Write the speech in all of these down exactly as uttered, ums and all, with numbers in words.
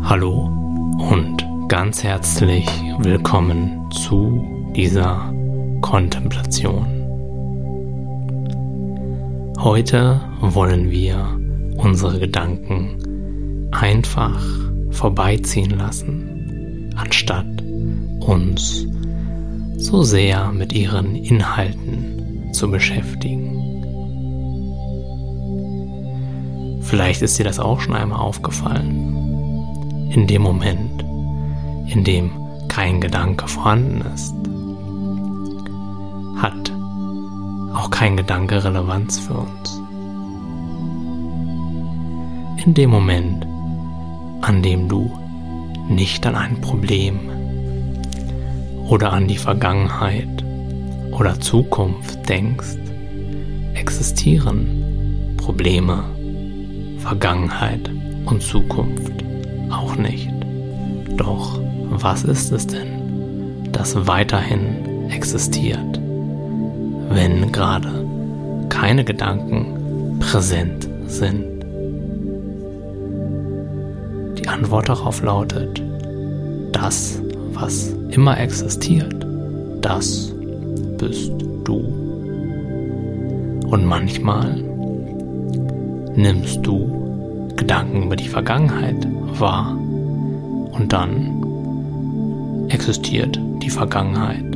Hallo und ganz herzlich willkommen zu dieser Kontemplation. Heute wollen wir unsere Gedanken einfach vorbeiziehen lassen, anstatt uns so sehr mit ihren Inhalten zu beschäftigen. Vielleicht ist dir das auch schon einmal aufgefallen. In dem Moment, in dem kein Gedanke vorhanden ist, hat auch kein Gedanke Relevanz für uns. In dem Moment, an dem du nicht an ein Problem oder an die Vergangenheit oder Zukunft denkst, existieren Probleme, Vergangenheit und Zukunft auch nicht. Doch was ist es denn, das weiterhin existiert, wenn gerade keine Gedanken präsent sind? Die Antwort darauf lautet, das, was immer existiert, das bist du. Und manchmal nimmst du Gedanken über die Vergangenheit wahr und dann existiert die Vergangenheit.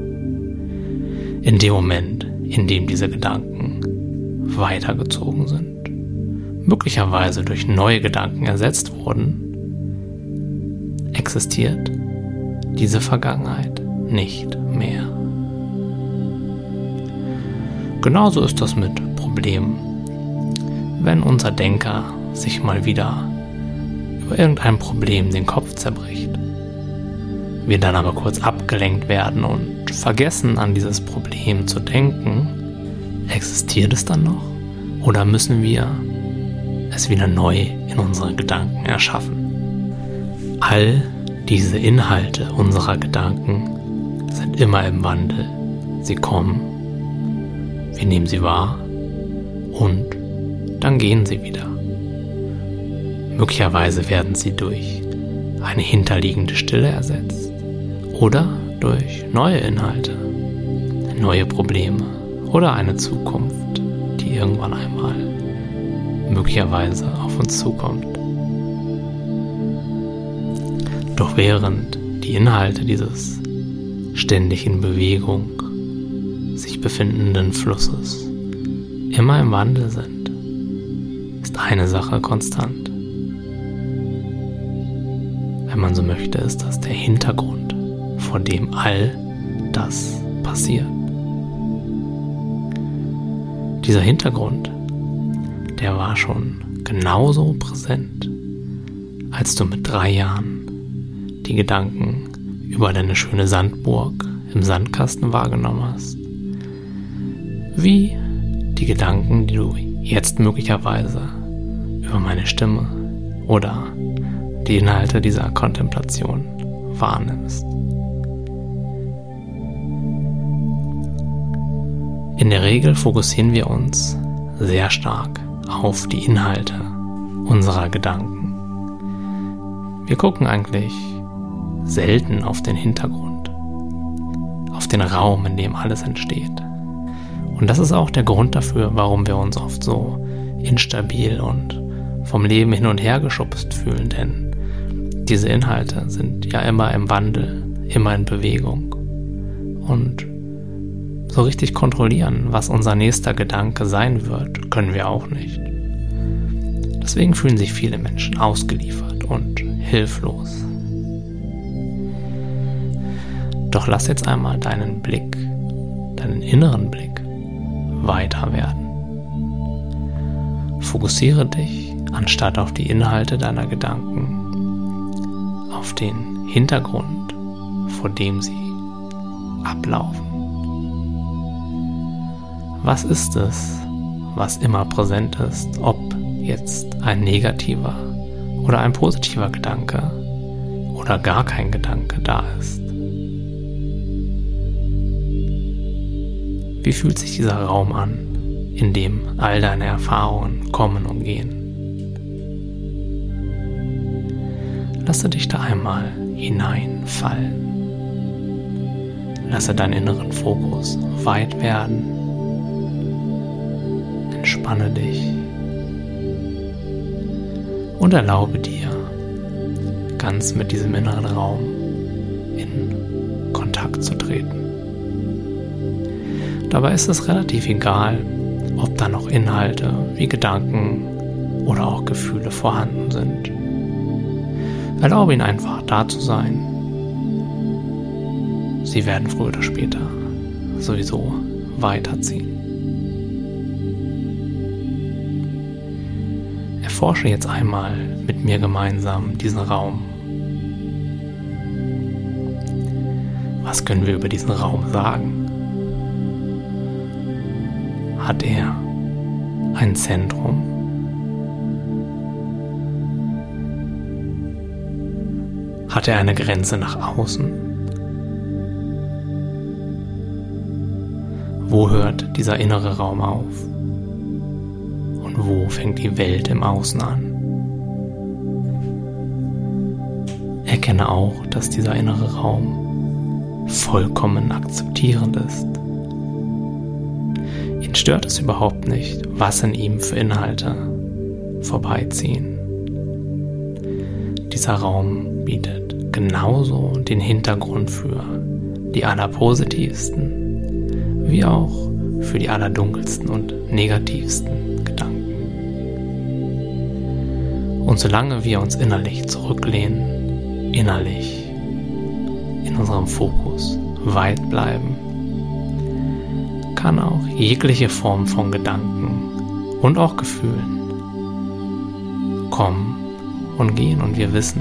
In dem Moment, in dem diese Gedanken weitergezogen sind, möglicherweise durch neue Gedanken ersetzt wurden, existiert diese Vergangenheit nicht mehr. Genauso ist das mit Problemen. Wenn unser Denker sich mal wieder über irgendein Problem den Kopf zerbricht, wir dann aber kurz abgelenkt werden und vergessen, an dieses Problem zu denken, existiert es dann noch? Oder müssen wir es wieder neu in unsere Gedanken erschaffen? All diese Inhalte unserer Gedanken sind immer im Wandel. Sie kommen, wir nehmen sie wahr und dann gehen sie wieder. Möglicherweise werden sie durch eine hinterliegende Stille ersetzt oder durch neue Inhalte, neue Probleme oder eine Zukunft, die irgendwann einmal möglicherweise auf uns zukommt. Doch während die Inhalte dieses ständig in Bewegung sich befindenden Flusses immer im Wandel sind, ist eine Sache konstant. Wenn man so möchte, ist das der Hintergrund, vor dem all das passiert. Dieser Hintergrund, der war schon genauso präsent, als du mit drei Jahren die Gedanken über deine schöne Sandburg im Sandkasten wahrgenommen hast, wie die Gedanken, die du jetzt möglicherweise über meine Stimme oder die Inhalte dieser Kontemplation wahrnimmst. In der Regel fokussieren wir uns sehr stark auf die Inhalte unserer Gedanken. Wir gucken eigentlich selten auf den Hintergrund, auf den Raum, in dem alles entsteht. Und das ist auch der Grund dafür, warum wir uns oft so instabil und vom Leben hin und her geschubst fühlen, denn diese Inhalte sind ja immer im Wandel, immer in Bewegung. Und so richtig kontrollieren, was unser nächster Gedanke sein wird, können wir auch nicht. Deswegen fühlen sich viele Menschen ausgeliefert und hilflos. Doch lass jetzt einmal deinen Blick, deinen inneren Blick weiter werden. Fokussiere dich, anstatt auf die Inhalte deiner Gedanken, auf den Hintergrund, vor dem sie ablaufen. Was ist es, was immer präsent ist, ob jetzt ein negativer oder ein positiver Gedanke oder gar kein Gedanke da ist? Wie fühlt sich dieser Raum an, in dem all deine Erfahrungen kommen und gehen? lasse dich da einmal hineinfallen. Lasse deinen inneren Fokus weit werden. Entspanne dich und erlaube dir, ganz mit diesem inneren Raum in Kontakt zu treten. Dabei ist es relativ egal, ob da noch Inhalte wie Gedanken oder auch Gefühle vorhanden sind. Erlaube ihnen einfach da zu sein. Sie werden früher oder später sowieso weiterziehen. Erforsche jetzt einmal mit mir gemeinsam diesen Raum. Was können wir über diesen Raum sagen? Hat er ein Zentrum? Hat er eine Grenze nach außen? Wo hört dieser innere Raum auf? Und wo fängt die Welt im Außen an? Erkenne auch, dass dieser innere Raum vollkommen akzeptierend ist. Ihn stört es überhaupt nicht, was in ihm für Inhalte vorbeiziehen. Dieser Raum bietet genauso den Hintergrund für die allerpositivsten, wie auch für die allerdunkelsten und negativsten Gedanken. Und solange wir uns innerlich zurücklehnen, innerlich in unserem Fokus weit bleiben, kann auch jegliche Form von Gedanken und auch Gefühlen kommen und gehen, und wir wissen,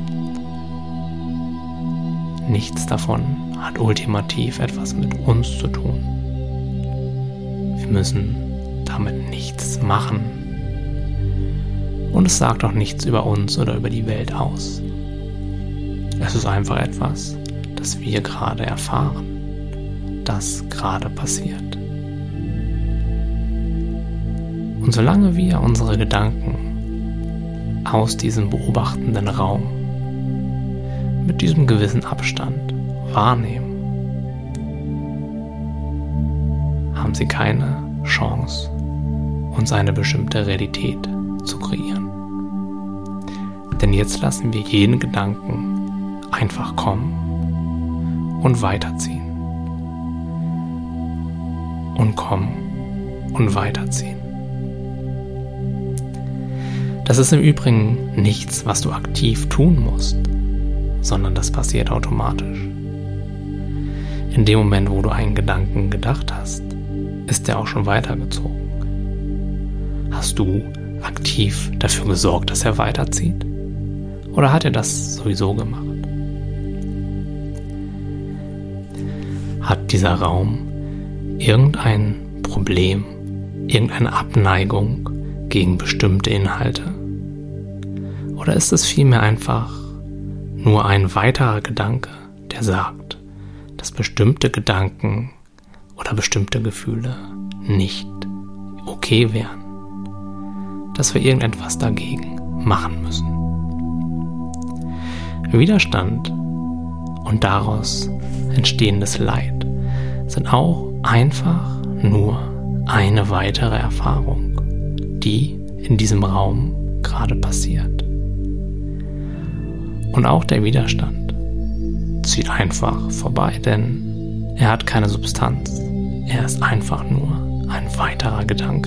nichts davon hat ultimativ etwas mit uns zu tun. Wir müssen damit nichts machen, und es sagt auch nichts über uns oder über die Welt aus. Es ist einfach etwas, das wir gerade erfahren, das gerade passiert. Und solange wir unsere Gedanken aus diesem beobachtenden Raum mit diesem gewissen Abstand wahrnehmen, haben sie keine Chance, uns eine bestimmte Realität zu kreieren. Denn jetzt lassen wir jeden Gedanken einfach kommen und weiterziehen. Und kommen und weiterziehen. Das ist im Übrigen nichts, was du aktiv tun musst, sondern das passiert automatisch. In dem Moment, wo du einen Gedanken gedacht hast, ist der auch schon weitergezogen. Hast du aktiv dafür gesorgt, dass er weiterzieht? Oder hat er das sowieso gemacht? Hat dieser Raum irgendein Problem, irgendeine Abneigung gegen bestimmte Inhalte? Oder ist es vielmehr einfach nur ein weiterer Gedanke, der sagt, dass bestimmte Gedanken oder bestimmte Gefühle nicht okay wären, dass wir irgendetwas dagegen machen müssen? Widerstand und daraus entstehendes Leid sind auch einfach nur eine weitere Erfahrung, die in diesem Raum gerade passiert. Und auch der Widerstand zieht einfach vorbei, denn er hat keine Substanz. Er ist einfach nur ein weiterer Gedanke.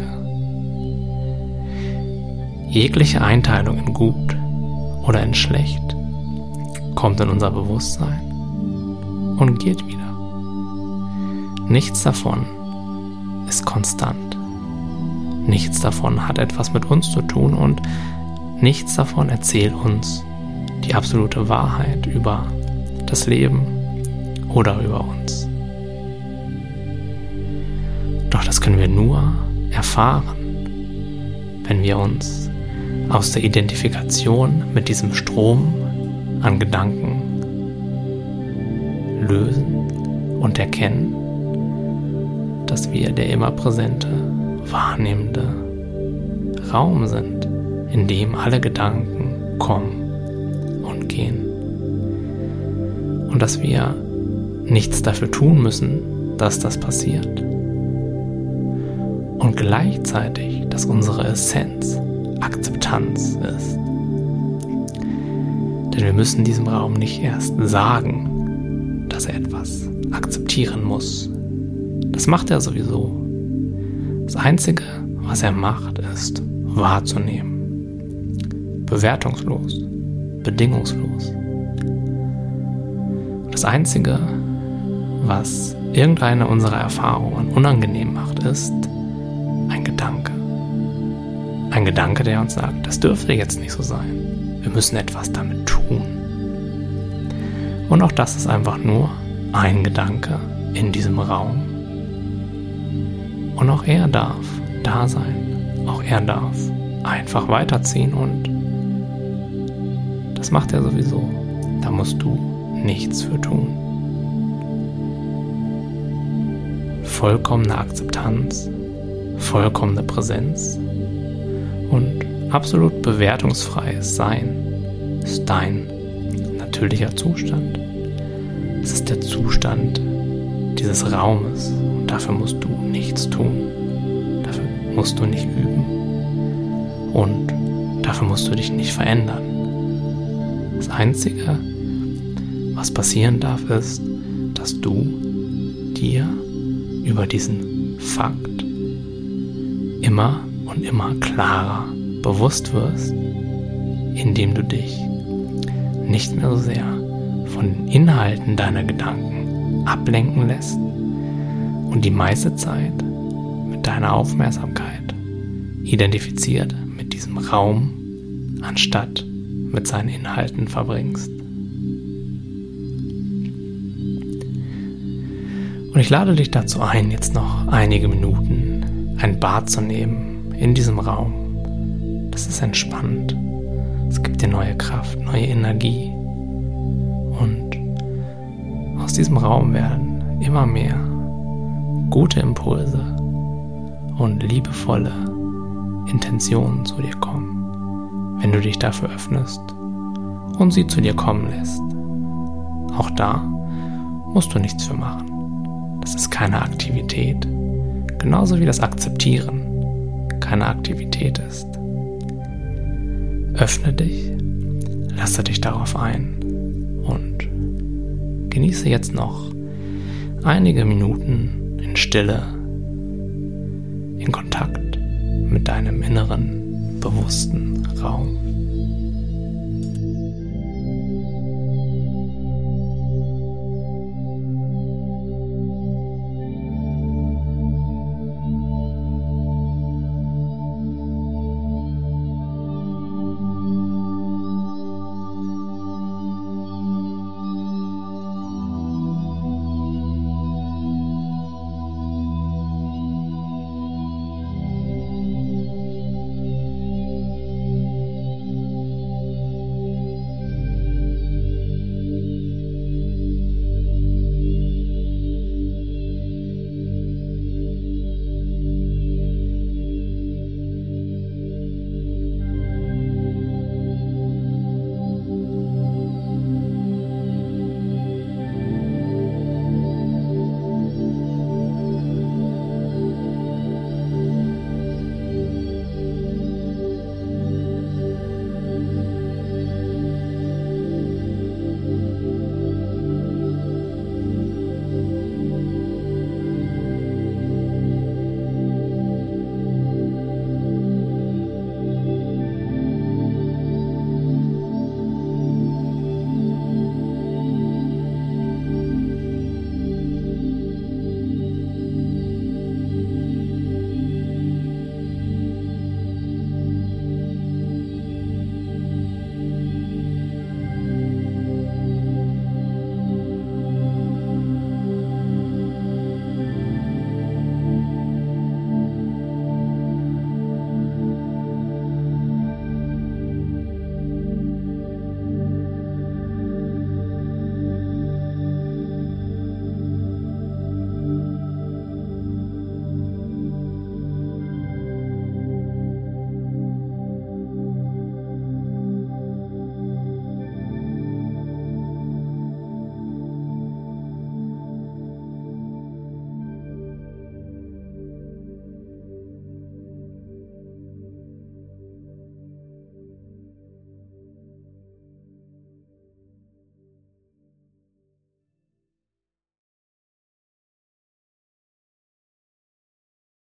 Jegliche Einteilung in gut oder in schlecht kommt in unser Bewusstsein und geht wieder. Nichts davon ist konstant. Nichts davon hat etwas mit uns zu tun, und nichts davon erzählt uns die absolute Wahrheit über das Leben oder über uns. Doch das können wir nur erfahren, wenn wir uns aus der Identifikation mit diesem Strom an Gedanken lösen und erkennen, dass wir der immer präsente, wahrnehmende Raum sind, in dem alle Gedanken kommen und gehen. Und dass wir nichts dafür tun müssen, dass das passiert. Und gleichzeitig, dass unsere Essenz Akzeptanz ist. Denn wir müssen diesem Raum nicht erst sagen, dass er etwas akzeptieren muss. Das macht er sowieso. Das Einzige, was er macht, ist wahrzunehmen. Bewertungslos, bedingungslos. Das Einzige, was irgendeine unserer Erfahrungen unangenehm macht, ist ein Gedanke. Ein Gedanke, der uns sagt, das dürfte jetzt nicht so sein. Wir müssen etwas damit tun. Und auch das ist einfach nur ein Gedanke in diesem Raum. Und auch er darf da sein. Auch er darf einfach weiterziehen und das macht er sowieso. Da musst du nichts für tun. Vollkommene Akzeptanz, vollkommene Präsenz und absolut bewertungsfreies Sein ist dein natürlicher Zustand. Es ist der Zustand dieses Raumes und dafür musst du nichts tun. Dafür musst du nicht üben und dafür musst du dich nicht verändern. Das Einzige, was passieren darf, ist, dass du dir über diesen Fakt immer und immer klarer bewusst wirst, indem du dich nicht mehr so sehr von den Inhalten deiner Gedanken ablenken lässt und die meiste Zeit mit deiner Aufmerksamkeit identifiziert mit diesem Raum, anstatt mit seinen Inhalten verbringst. Und ich lade dich dazu ein, jetzt noch einige Minuten ein Bad zu nehmen in diesem Raum. Das ist entspannt. Es gibt dir neue Kraft, neue Energie. Und aus diesem Raum werden immer mehr gute Impulse und liebevolle Intentionen zu dir kommen, wenn du dich dafür öffnest und sie zu dir kommen lässt. Auch da musst du nichts für machen. Das ist keine Aktivität, genauso wie das Akzeptieren keine Aktivität ist. Öffne dich, lasse dich darauf ein und genieße jetzt noch einige Minuten in Stille, in Kontakt mit deinem inneren, bewussten Raum.